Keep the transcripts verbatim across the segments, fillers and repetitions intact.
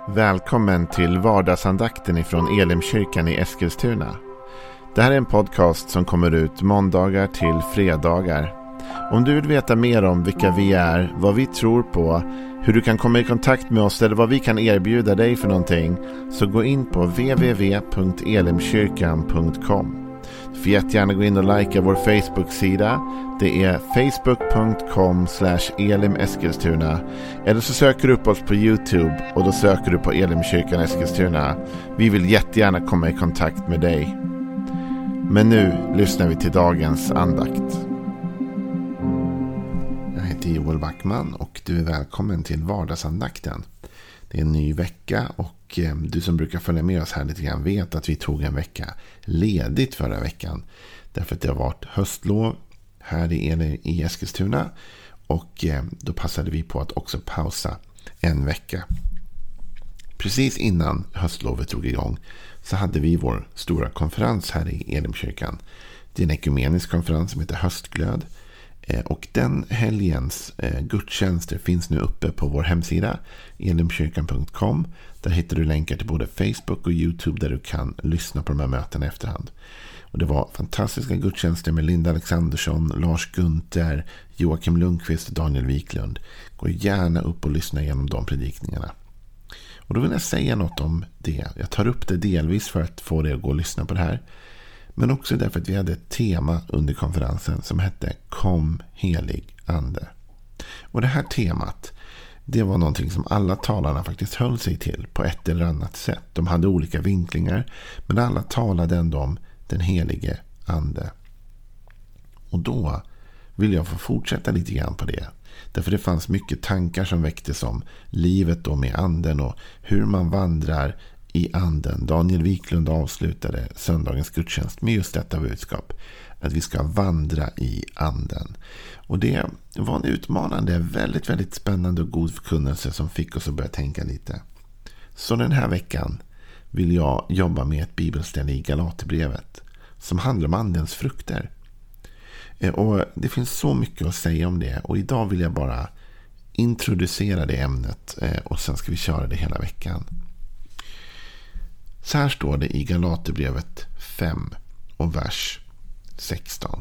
Välkommen till vardagsandakten ifrån Elimkyrkan i Eskilstuna. Det här är en podcast som kommer ut måndagar till fredagar. Om du vill veta mer om vilka vi är, vad vi tror på, hur du kan komma i kontakt med oss eller vad vi kan erbjuda dig för någonting, så gå in på w w w punkt elimkyrkan punkt com. Du får jättegärna gå in och likea vår Facebook-sida. Det är facebook punkt com slash elimeskilstuna. Eller så söker du upp oss på YouTube och då söker du på Elimkyrkan Eskilstuna. Vi vill jättegärna komma i kontakt med dig. Men nu lyssnar vi till dagens andakt. Jag heter Joel Backman och du är välkommen till vardagsandakten. Det är en ny vecka och du som brukar följa med oss här lite grann vet att vi tog en vecka ledigt förra veckan. Därför att det har varit höstlov här i Eskilstuna och då passade vi på att också pausa en vecka. Precis innan höstlovet drog igång så hade vi vår stora konferens här i Elimkyrkan. Det är en ekumenisk konferens som heter Höstglöd. Och den helgens gudstjänster finns nu uppe på vår hemsida elimkyrkan punkt com. Där hittar du länkar till både Facebook och YouTube där du kan lyssna på de här mötena i efterhand. Och det var fantastiska gudstjänster med Linda Alexandersson, Lars Gunther, Joakim Lundqvist och Daniel Wiklund. Gå gärna upp och lyssna igenom de predikningarna. Och då vill jag säga något om det. Jag tar upp det delvis för att få dig att gå och lyssna på det här. Men också därför att vi hade ett tema under konferensen som hette Kom helig ande. Och det här temat, det var någonting som alla talarna faktiskt höll sig till på ett eller annat sätt. De hade olika vinklingar, men alla talade ändå om den helige ande. Och då vill jag få fortsätta lite grann på det. Därför det fanns mycket tankar som väcktes om livet då med anden och hur man vandrar i anden. Daniel Wiklund avslutade söndagens gudstjänst med just detta budskap. Att vi ska vandra i anden. Och det var en utmanande, väldigt, väldigt spännande och god förkunnelse som fick oss att börja tänka lite. Så den här veckan vill jag jobba med ett bibelställe i Galaterbrevet som handlar om andens frukter. Och det finns så mycket att säga om det. Och idag vill jag bara introducera det ämnet och sen ska vi köra det hela veckan. Så här står det i Galaterbrevet fem och vers sexton.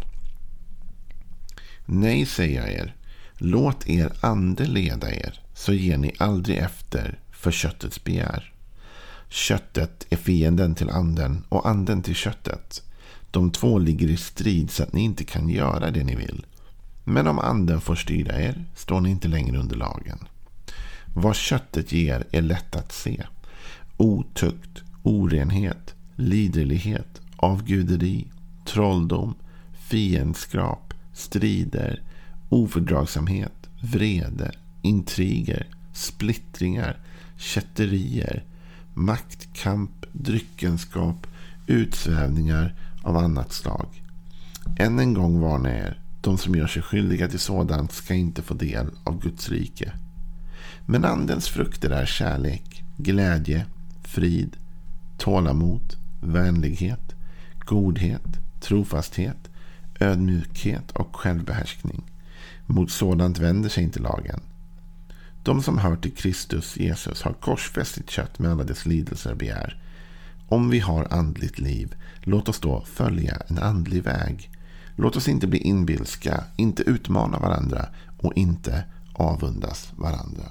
Nej, säger jag er, låt er ande leda er, så ger ni aldrig efter för köttets begär. Köttet är fienden till anden och anden till köttet. De två ligger i strid så att ni inte kan göra det ni vill. Men om anden får styra er står ni inte längre under lagen. Vad köttet ger är lätt att se. Otukt, orenhet, liderlighet, avguderi, trolldom, fiendskap, strider, ofördragsamhet, vrede, intriger, splittringar, kätterier, maktkamp, dryckenskap, utsvävningar av annat slag. Än en gång varnar er, de som gör sig skyldiga till sådant ska inte få del av Guds rike. Men andens frukter är kärlek, glädje, frid, tålamod, vänlighet, godhet, trofasthet, ödmjukhet och självbehärskning. Mot sådant vänder sig inte lagen. De som hör till Kristus Jesus har korsfäst sitt kött med alla dess lidelser och begär. Om vi har andligt liv, låt oss då följa en andlig väg. Låt oss inte bli inbilska, inte utmana varandra och inte avundas varandra.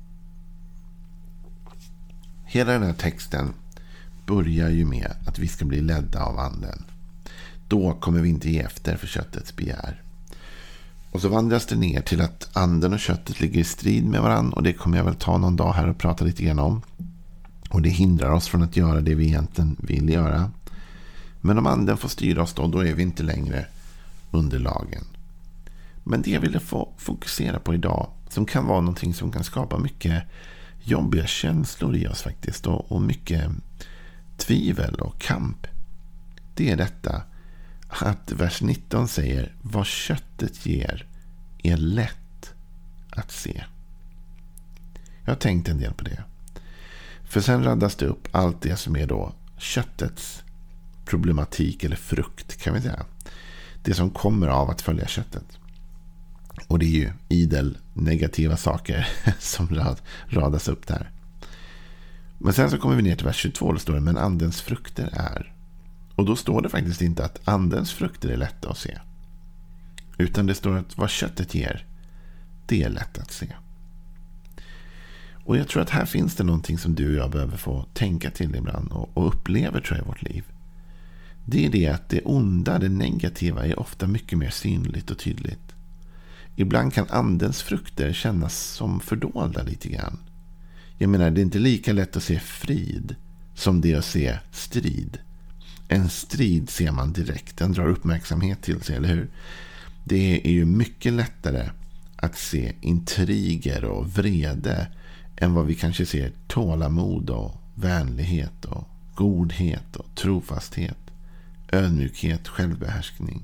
Hela den här texten börjar ju med att vi ska bli ledda av anden. Då kommer vi inte ge efter för köttets begär. Och så vandras det ner till att anden och köttet ligger i strid med varandra. Och det kommer jag väl ta någon dag här och prata lite grann om. Och det hindrar oss från att göra det vi egentligen vill göra. Men om anden får styra oss då, då är vi inte längre under lagen. Men det jag ville få fokusera på idag, som kan vara någonting som kan skapa mycket jobbiga känslor i oss faktiskt. Och, och mycket tvivel och kamp. Det är detta att vers nitton säger: vad köttet ger är lätt att se. Jag har tänkt en del på det. För sen raddas det upp allt det som är då köttets problematik eller frukt, kan vi säga. Det som kommer av att följa köttet. Och det är ju idel negativa saker som rad, radas upp där. Men sen så kommer vi ner till vers tjugotvå, och det står det, men andens frukter är. Och då står det faktiskt inte att andens frukter är lätta att se. Utan det står att vad köttet ger, det är lätt att se. Och jag tror att här finns det någonting som du och jag behöver få tänka till ibland och, och upplever tror jag i vårt liv. Det är det att det onda, det negativa är ofta mycket mer synligt och tydligt. Ibland kan andens frukter kännas som fördolda lite grann. Jag menar, det är inte lika lätt att se frid som det att se strid. En strid ser man direkt, den drar uppmärksamhet till sig, eller hur? Det är ju mycket lättare att se intriger och vrede än vad vi kanske ser tålamod och vänlighet och godhet och trofasthet, ödmjukhet, självbehärskning.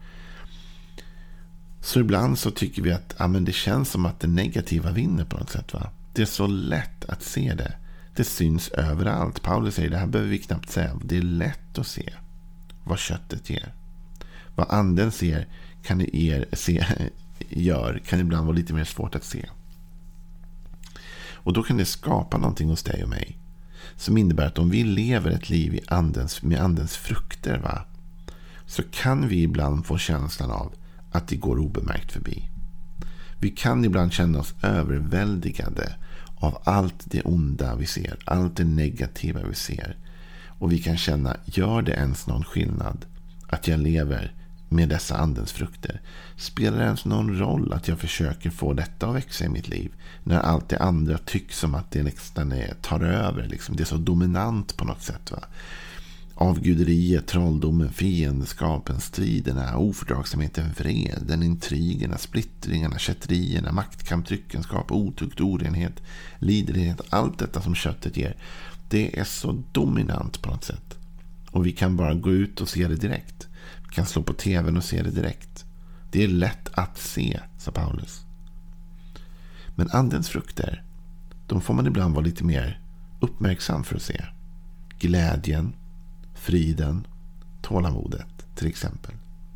Så ibland så tycker vi att ja, men det känns som att det negativa vinner på något sätt, va? Det är så lätt att se det. Det syns överallt. Paulus säger, det här behöver vi knappt säga. Det är lätt att se vad köttet ger. Vad anden ser kan er se, gör kan ibland vara lite mer svårt att se. Och då kan det skapa någonting hos dig och mig som innebär att om vi lever ett liv i andens, med andens frukter, va, så kan vi ibland få känslan av att det går obemärkt förbi. Vi kan ibland känna oss överväldigade av allt det onda vi ser, allt det negativa vi ser. Och vi kan känna, gör det ens någon skillnad att jag lever med dessa andens frukter? Spelar det ens någon roll att jag försöker få detta att växa i mitt liv när allt det andra tycks som att det nästan är, tar över, liksom. Det är så dominant på något sätt, va? Avguderiet, trolldomen, fiendskapen, striderna, ofördragsamheten, vreden, intrigerna, splittringarna, kätterierna, maktkamp, tryckenskap, otukt, orenhet, liderlighet, allt detta som köttet ger, det är så dominant på något sätt. Och vi kan bara gå ut och se det direkt. Vi kan slå på tvn och se det direkt. Det är lätt att se, sa Paulus. Men andens frukter, de får man ibland vara lite mer uppmärksam för att se. Glädjen, friden, tålamodet till exempel.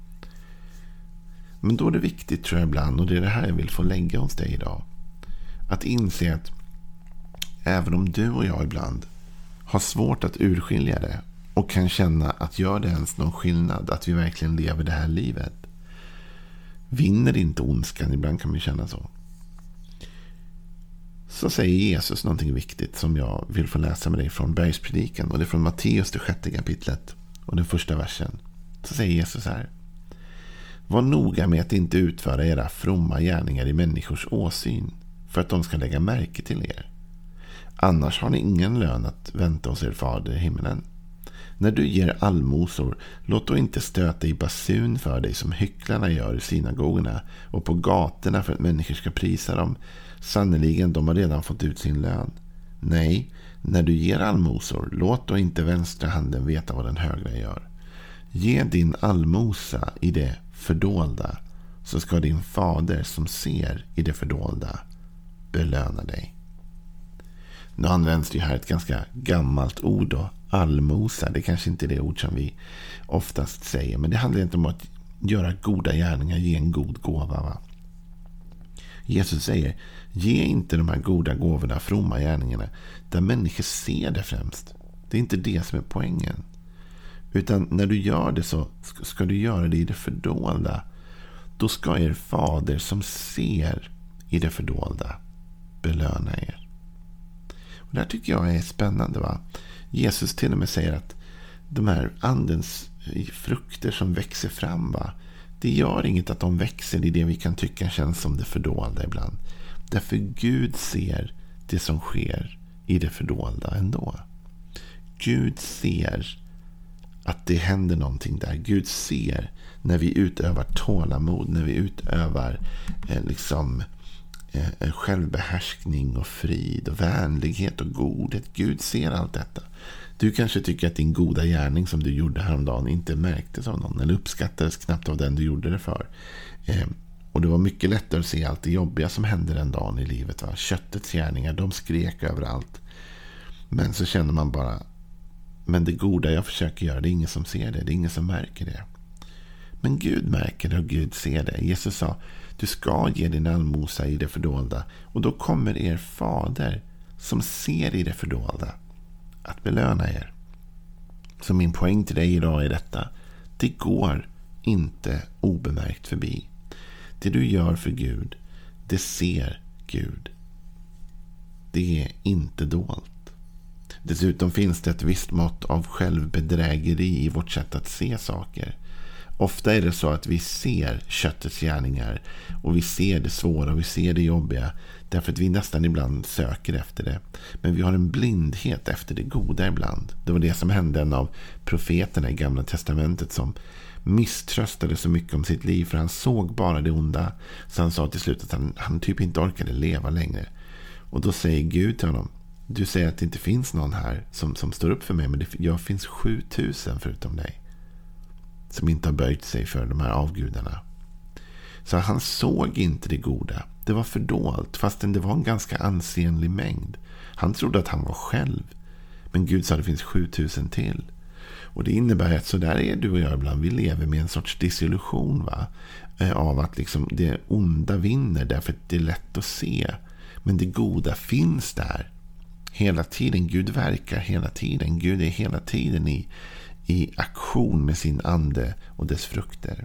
Men då är det viktigt, tror jag ibland, och det är det här jag vill få lägga hos dig idag, att inse att även om du och jag ibland har svårt att urskilja det och kan känna att gör det ens någon skillnad att vi verkligen lever det här livet, vinner inte ondskan, ibland kan vi känna så. Så säger Jesus någonting viktigt som jag vill få läsa med dig från Bergspredikan, och det är från Matteus det sjätte kapitlet och den första versen. Så säger Jesus här: var noga med att inte utföra era fromma gärningar i människors åsyn för att de ska lägga märke till er. Annars har ni ingen lön att vänta hos er fader i himlen. När du ger allmosor, låt då inte stöta i basun för dig som hycklarna gör i synagogorna och på gatorna för att människor ska prisa dem. Sannoliken, de har redan fått ut sin lön. Nej, när du ger allmosor, låt då inte vänstra handen veta vad den högra gör. Ge din allmosa i det fördolda, så ska din fader som ser i det fördolda belöna dig. Nu används det här ett ganska gammalt ord då, allmosa. Det kanske inte är det ord som vi oftast säger, men det handlar inte om att göra goda gärningar, ge en god gåva, va? Jesus säger, ge inte de här goda gåvorna, fromma gärningarna, där människor ser det främst. Det är inte det som är poängen. Utan när du gör det så ska du göra det i det fördolda. Då ska er fader som ser i det fördolda belöna er. Och det här tycker jag är spännande, va? Jesus till och med säger att de här andens frukter som växer fram, va? Det gör inget att de växer i det vi kan tycka känns som det fördolda ibland. Därför Gud ser det som sker i det fördolda ändå. Gud ser att det händer någonting där. Gud ser när vi utövar tålamod, när vi utövar eh, liksom eh, självbehärskning och frid och vänlighet och godhet. Gud ser allt detta. Du kanske tycker att din goda gärning som du gjorde häromdagen inte märktes av någon eller uppskattades knappt av den du gjorde det för. Eh, och det var mycket lättare att se allt det jobbiga som hände den dagen i livet, va? Köttets gärningar, de skrek överallt. Men så känner man bara, men det goda jag försöker göra, det är ingen som ser det, det är ingen som märker det. Men Gud märker det och Gud ser det. Jesus sa, du ska ge din allmosa i det fördolda, och då kommer er fader som ser i det fördolda att belöna er. Så min poäng till dig idag är detta. Det går inte obemärkt förbi. Det du gör för Gud, det ser Gud. Det är inte dolt. Dessutom finns det ett visst mått av självbedrägeri i vårt sätt att se saker. Ofta är det så att vi ser köttets gärningar och vi ser det svåra och vi ser det jobbiga därför att vi nästan ibland söker efter det. Men vi har en blindhet efter det goda ibland. Det var det som hände en av profeterna i Gamla testamentet som misströstade så mycket om sitt liv för han såg bara det onda. Så han sa till slut att han, han typ inte orkade leva längre. Och då säger Gud till honom: du säger att det inte finns någon här som, som står upp för mig, men det jag finns sjutusen förutom dig som inte har böjt sig för de här avgudarna. Så han såg inte det goda. Det var fördolt, fastän det var en ganska ansenlig mängd. Han trodde att han var själv. Men Gud sa att det finns sjutusen till. Och det innebär att så där är du och jag ibland. Vi lever med en sorts desillusion, va? Av att liksom det onda vinner därför att det är lätt att se. Men det goda finns där. Hela tiden. Gud verkar hela tiden. Gud är hela tiden i i aktion med sin ande och dess frukter.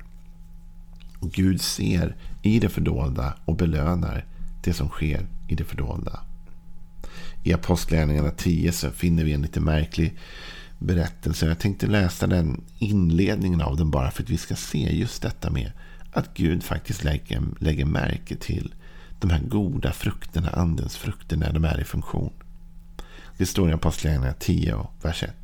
Och Gud ser i det fördolda och belönar det som sker i det fördolda. I Apostlagärningarna tio så finner vi en lite märklig berättelse. Jag tänkte läsa den inledningen av den bara för att vi ska se just detta med att Gud faktiskt lägger, lägger märke till de här goda frukterna, andens frukter när de är i funktion. Det står i Apostlagärningarna tio, vers ett.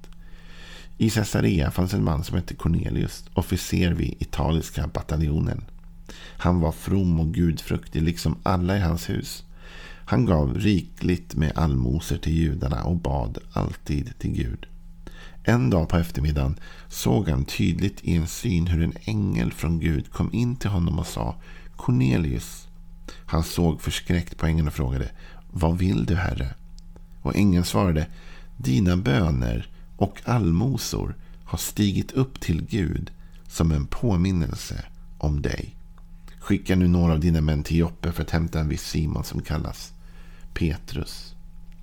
I Caesarea fanns en man som hette Cornelius, officer vid italiska bataljonen. Han var from och gudfruktig liksom alla i hans hus. Han gav rikligt med allmoser till judarna och bad alltid till Gud. En dag på eftermiddagen såg han tydligt i en syn hur en ängel från Gud kom in till honom och sa: Cornelius. Han såg förskräckt på ängeln och frågade: vad vill du, Herre? Och ängeln svarade: dina böner och allmosor har stigit upp till Gud som en påminnelse om dig. Skicka nu några av dina män till Joppe för att hämta en viss Simon som kallas Petrus.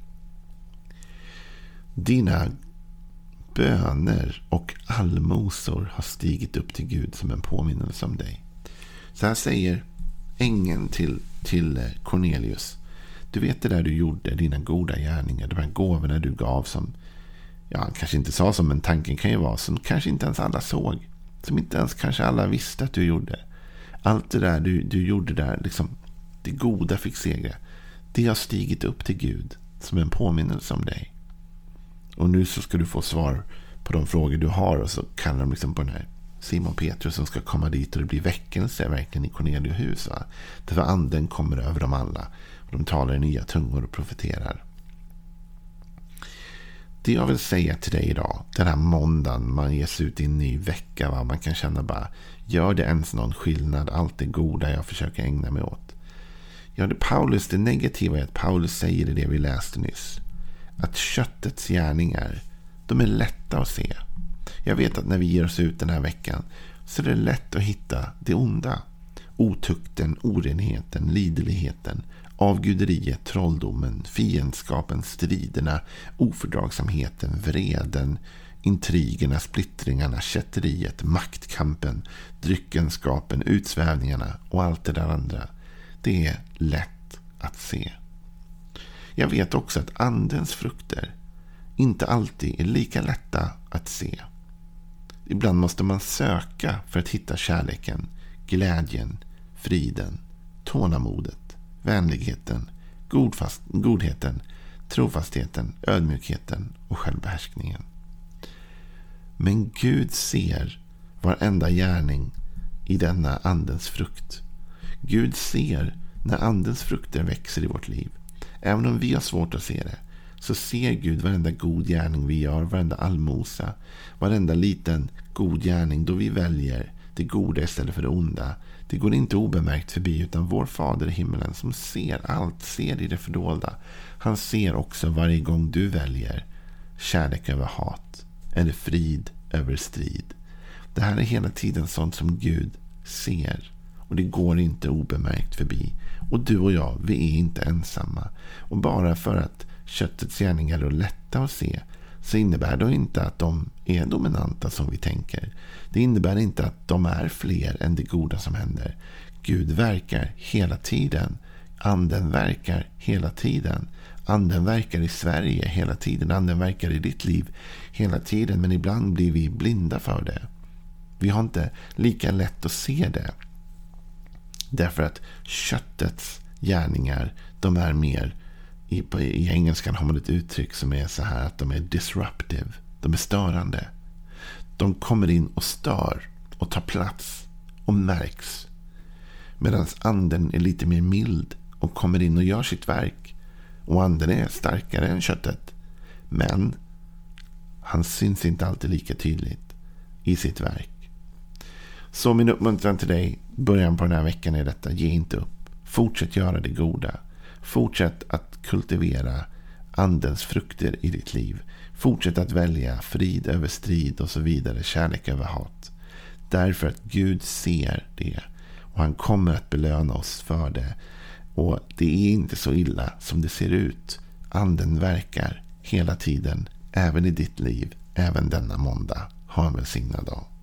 Dina böner och allmosor har stigit upp till Gud som en påminnelse om dig. Så här säger ängeln till, till Cornelius: du vet det där du gjorde, dina goda gärningar, de här gåvorna du gav som, ja, han kanske inte sa som, men tanken kan ju vara som kanske inte ens alla såg, som inte ens kanske alla visste att du gjorde. Allt det där du, du gjorde där, liksom, det goda fick segra. Det har stigit upp till Gud som en påminnelse om dig. Och nu så ska du få svar på de frågor du har, och så kallar de liksom på den här Simon Petrus som ska komma dit, och det blir väckelse verkligen i Cornelius hus, va? Därför anden kommer över dem alla och de talar i nya tungor och profeterar. Det jag vill säga till dig idag, den här måndagen man ger sig ut i en ny vecka, va? Man kan känna bara, gör det ens någon skillnad, allt det goda jag försöker ägna mig åt? Ja, det, Paulus, det negativa är att Paulus säger i det vi läste nyss, att köttets gärningar, de är lätta att se. Jag vet att när vi ger oss ut den här veckan så är det lätt att hitta det onda. Otukten, orenheten, liderligheten, avguderiet, trolldomen, fiendskapen, striderna, ofördragsamheten, vreden, intrigerna, splittringarna, kätteriet, maktkampen, dryckenskapen, utsvävningarna och allt det där andra. Det är lätt att se. Jag vet också att andens frukter inte alltid är lika lätta att se. Ibland måste man söka för att hitta kärleken, glädjen, friden, tålamodet, vänligheten, godfast, godheten, trofastheten, ödmjukheten och självbehärskningen. Men Gud ser varenda gärning i denna andens frukt. Gud ser när andens frukter växer i vårt liv. Även om vi har svårt att se det, så ser Gud varenda god gärning vi gör, varenda allmosa, varenda liten god gärning då vi väljer det goda istället för det onda. Det går inte obemärkt förbi, utan vår fader i himmelen som ser allt, ser i det fördolda. Han ser också varje gång du väljer kärlek över hat eller frid över strid. Det här är hela tiden sånt som Gud ser, och det går inte obemärkt förbi. Och du och jag, vi är inte ensamma. Och bara för att köttets gärningar är lätta att se, så innebär det inte att de är dominanta som vi tänker. Det innebär inte att de är fler än det goda som händer. Gud verkar hela tiden. Anden verkar hela tiden. Anden verkar i Sverige hela tiden. Anden verkar i ditt liv hela tiden. Men ibland blir vi blinda för det. Vi har inte lika lätt att se det. Därför att köttets gärningar, de är mer, i, på, i engelskan har man ett uttryck som är så här att de är disruptive. De är störande. De kommer in och stör och tar plats och märks. Medan anden är lite mer mild och kommer in och gör sitt verk. Och anden är starkare än köttet. Men han syns inte alltid lika tydligt i sitt verk. Så min uppmuntran till dig, början på den här veckan är detta: ge inte upp. Fortsätt göra det goda. Fortsätt att kultivera andens frukter i ditt liv. Fortsätt att välja frid över strid och så vidare, kärlek över hat. Därför att Gud ser det och han kommer att belöna oss för det. Och det är inte så illa som det ser ut. Anden verkar hela tiden, även i ditt liv, även denna måndag. Ha en välsignad dag.